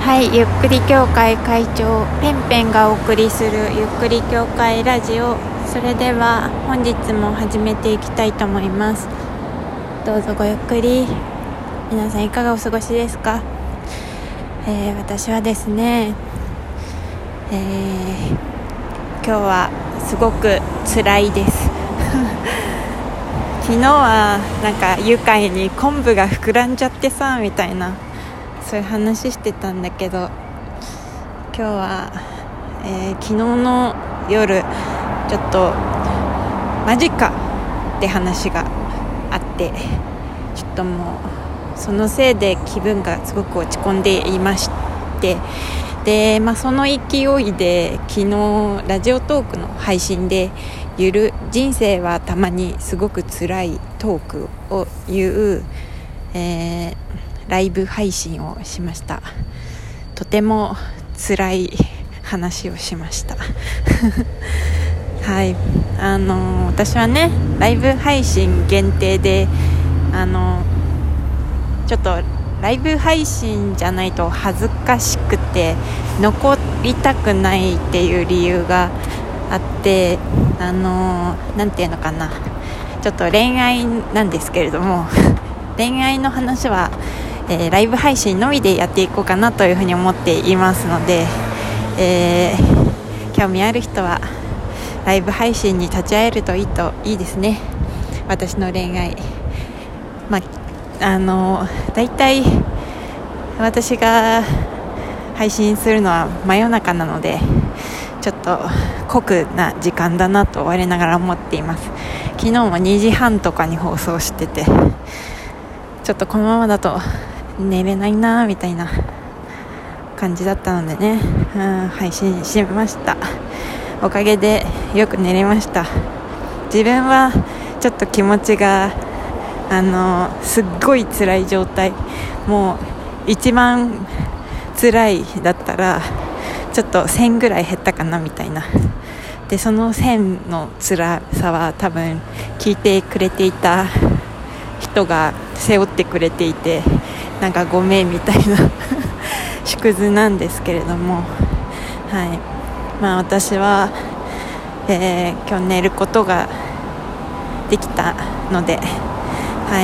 はい、ゆっくり協会会長ペンペンがお送りするゆっくり協会ラジオ。それでは本日も始めていきたいと思います。どうぞごゆっくり。皆さんいかがお過ごしですか？私はですね、今日はすごく辛いです昨日はなんか愉快に昆布が膨らんじゃってさみたいな、そういう話してたんだけど、今日は、昨日の夜ちょっとマジかって話があって、ちょっともうそのせいで気分がすごく落ち込んでいまして、で、その勢いで昨日ラジオトークの配信で人生はたまにすごく辛いトークを言う、ライブ配信をしました。とても辛い話をしましたはい、私はね、ライブ配信限定でちょっとライブ配信じゃないと恥ずかしくて残りたくないっていう理由があって、なんていうのかな、ちょっと恋愛なんですけれども恋愛の話はライブ配信のみでやっていこうかなというふうに思っていますので、興味ある人はライブ配信に立ち会えるといいですね。私の恋愛、だいたい私が配信するのは真夜中なので、ちょっと酷な時間だなと我ながら思っています。昨日も2時半とかに放送してて、ちょっとこのままだと寝れないなみたいな感じだったのでね、配信しました。おかげでよく寝れました。自分はちょっと気持ちがすっごい辛い状態、もう一番辛いだったらちょっと1000ぐらい減ったかなみたいな。でその1000の辛さは多分聞いてくれていた人が背負ってくれていて、なんかごめんみたいな縮図なんですけれども、はい、私は、今日寝ることができたので、はい、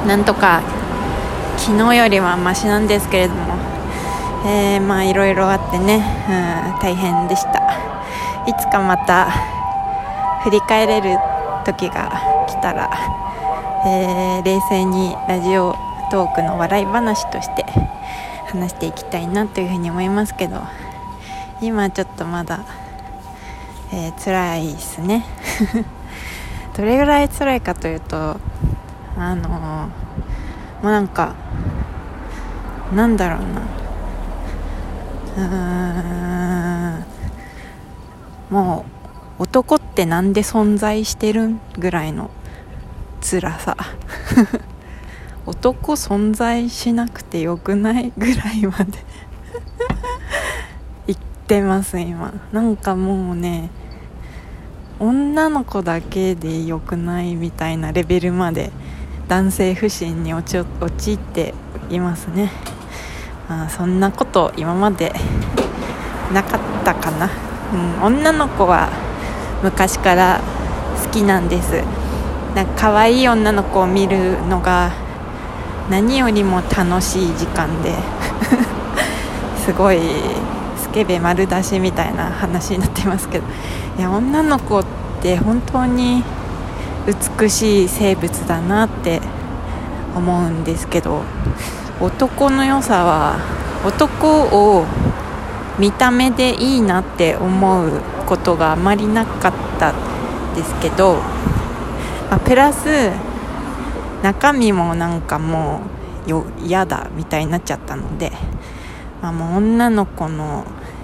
なんとか昨日よりはマシなんですけれども、いろいろあってね、大変でした。いつかまた振り返れる時が来たら、冷静にラジオトークの笑い話として話していきたいなというふうに思いますけど、今ちょっとまだ、辛いですねどれぐらい辛いかというと、もうなんかなんだろうな、もう男ってなんで存在してるんぐらいの辛さ男存在しなくてよくないぐらいまで言ってます今。なんかもうね、女の子だけでよくないみたいなレベルまで男性不信に陥っていますね。そんなこと今までなかったかな。女の子は昔から好きなんです。なんか可愛い女の子を見るのが何よりも楽しい時間ですごいスケベ丸出しみたいな話になっていますけど、いや、女の子って本当に美しい生物だなって思うんですけど、男の良さは男を見た目でいいなって思うことがあまりなかったですけど、プラス中身もなんかもう嫌だみたいになっちゃったので、もう女の子の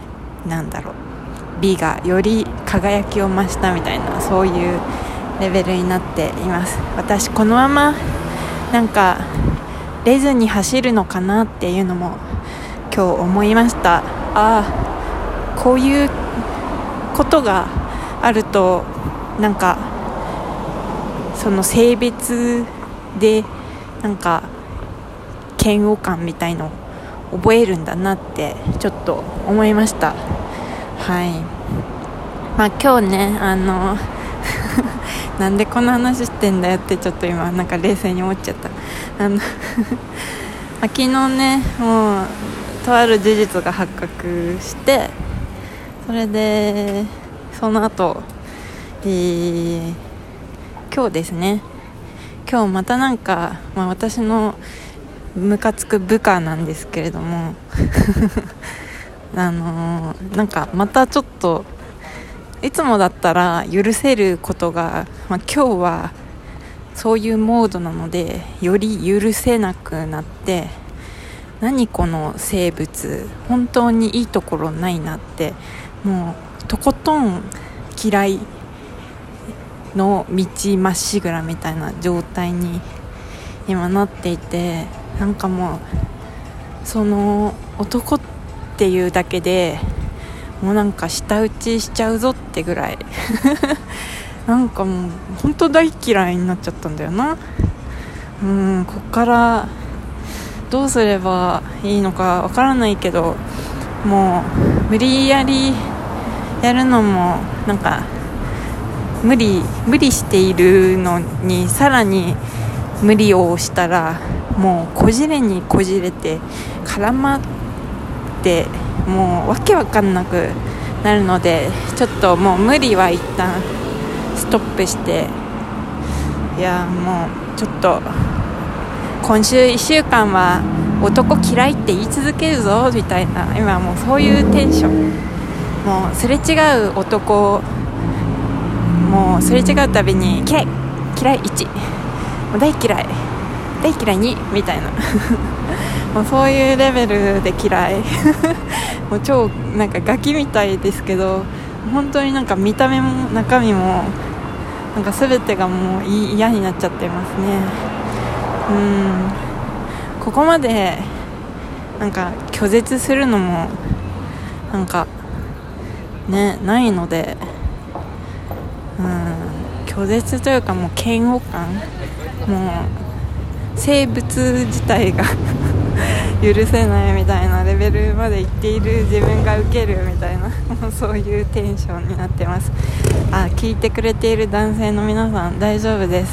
美がより輝きを増したみたいな、そういうレベルになっています。私このままなんかレズに走るのかなっていうのも今日思いました。こういうことがあるとなんかその性別でなんか嫌悪感みたいの覚えるんだなってちょっと思いました。はい。今日ねなんでこの話してんだよってちょっと今なんか冷静に思っちゃった。昨日ねもうとある事実が発覚して、それでその後、今日ですね、今日またなんか、私のムカつく部下なんですけれどもなんかまたちょっといつもだったら許せることが、今日はそういうモードなのでより許せなくなって、何この生物本当にいいところないなって、もうとことん嫌いの道まっしぐらみたいな状態に今なっていて、なんかもうその男っていうだけでもうなんか舌打ちしちゃうぞってぐらいなんかもう本当大嫌いになっちゃったんだよな。こっからどうすればいいのかわからないけど、もう無理やりやるのもなんか無理しているのにさらに無理をしたら、もうこじれにこじれて絡まってもうわけわかんなくなるので、ちょっともう無理は一旦ストップして、いやもうちょっと今週1週間は男嫌いって言い続けるぞみたいな、今もうそういうテンション。もうすれ違う男、もうすれ違うたびに嫌い1、もう大嫌い2みたいなもうそういうレベルで嫌いもう超なんかガキみたいですけど、本当になんか見た目も中身もなんか全てがもう嫌になっちゃってますね。ここまでなんか拒絶するのもなんかねないので、拒絶というかもう嫌悪感、もう生物自体が許せないみたいなレベルまでいっている自分がウケるみたいなそういうテンションになってます。聞いてくれている男性の皆さん大丈夫です。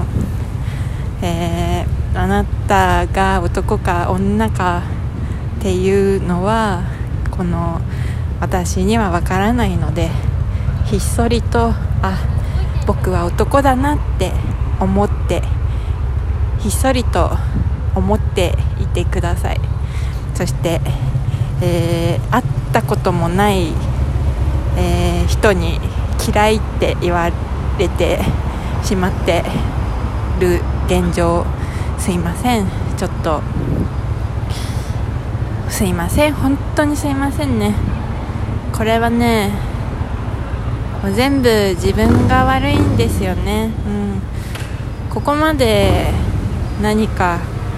あなたが男か女かっていうのはこの私にはわからないので、ひっそりと僕は男だなって思って、ひっそりと思っていてください。そして、会ったこともない、人に嫌いって言われてしまってる現状、すいません。ちょっとすいません、本当にすいませんね。これはねもう全部自分が悪いんですよね。ここまで何か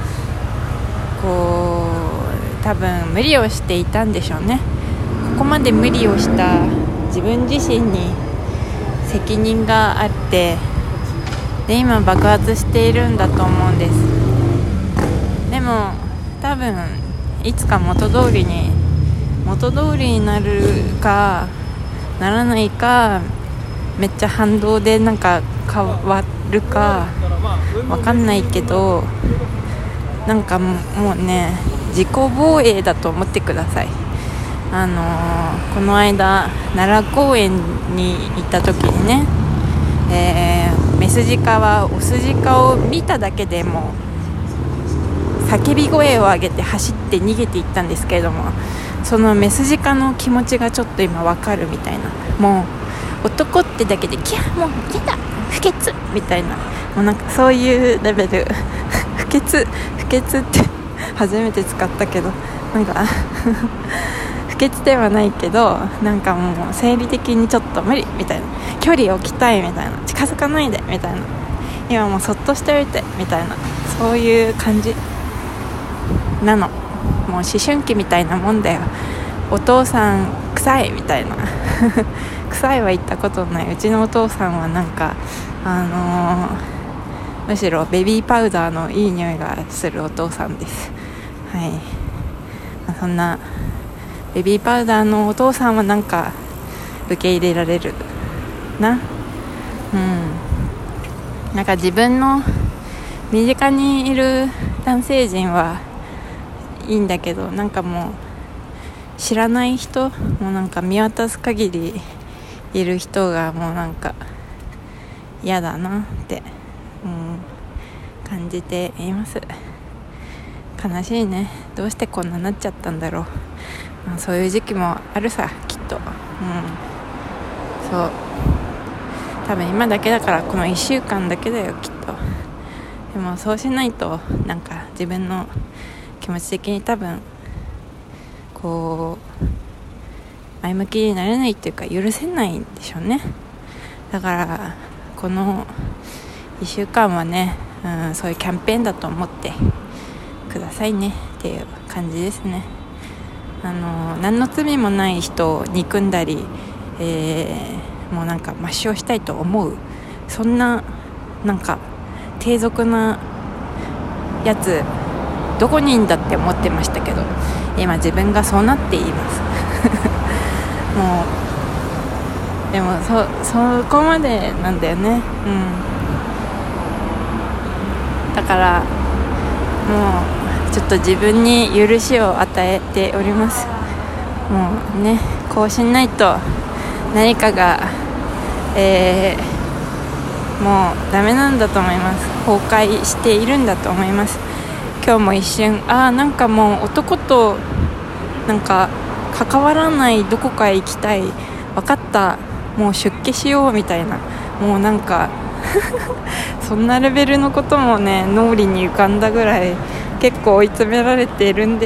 こう多分無理をしていたんでしょうね。ここまで無理をした自分自身に責任があって、で今爆発しているんだと思うんです。でも多分いつか元通りになるかならないか、めっちゃ反動でなんか変わるかわかんないけど、なんかもうね自己防衛だと思ってください。この間奈良公園に行った時にね、メスジカはオスジカを見ただけでも叫び声を上げて走って逃げていったんですけれども、そのメスジカの気持ちがちょっと今わかるみたいな、もう男ってだけでキャーもう出た不潔みたいな、もうなんかそういうレベル不潔って初めて使ったけど、なんか不潔ではないけど、なんかもう生理的にちょっと無理みたいな、距離を置きたいみたいな、近づかないでみたいな、今もうそっとしておいてみたいな、そういう感じなの。もう思春期みたいなもんだよ。お父さん臭いみたいな臭いは言ったことない。うちのお父さんはなんかむしろベビーパウダーのいい匂いがするお父さんです。はい。 そんなベビーパウダーのお父さんはなんか受け入れられるな。なんか自分の身近にいる男性陣はいいんだけど、なんかもう知らない人もなんか見渡す限りいる人がもうなんか嫌だなって、感じています。悲しいね。どうしてこんななっちゃったんだろう。そういう時期もあるさ、きっと。そう多分今だけだから、この1週間だけだよきっと。でもそうしないとなんか自分の気持ち的に多分こう前向きになれないっていうか、許せないんでしょうね。だからこの1週間はね、そういうキャンペーンだと思ってくださいねっていう感じですね。何の罪もない人を憎んだり、もうなんか抹消したいと思う、そんななんか低俗なやつどこにいんだって思ってましたけど、今自分がそうなっていますもうでもそこまでなんだよね。だからもうちょっと自分に許しを与えております。もうね、こうしないと何かが、もうダメなんだと思います。崩壊しているんだと思います。今日も一瞬なんかもう男となんか関わらない、どこかへ行きたい、分かった、もう出家しようみたいな、もうなんかそんなレベルのこともね脳裏に浮かんだぐらい結構追い詰められているんで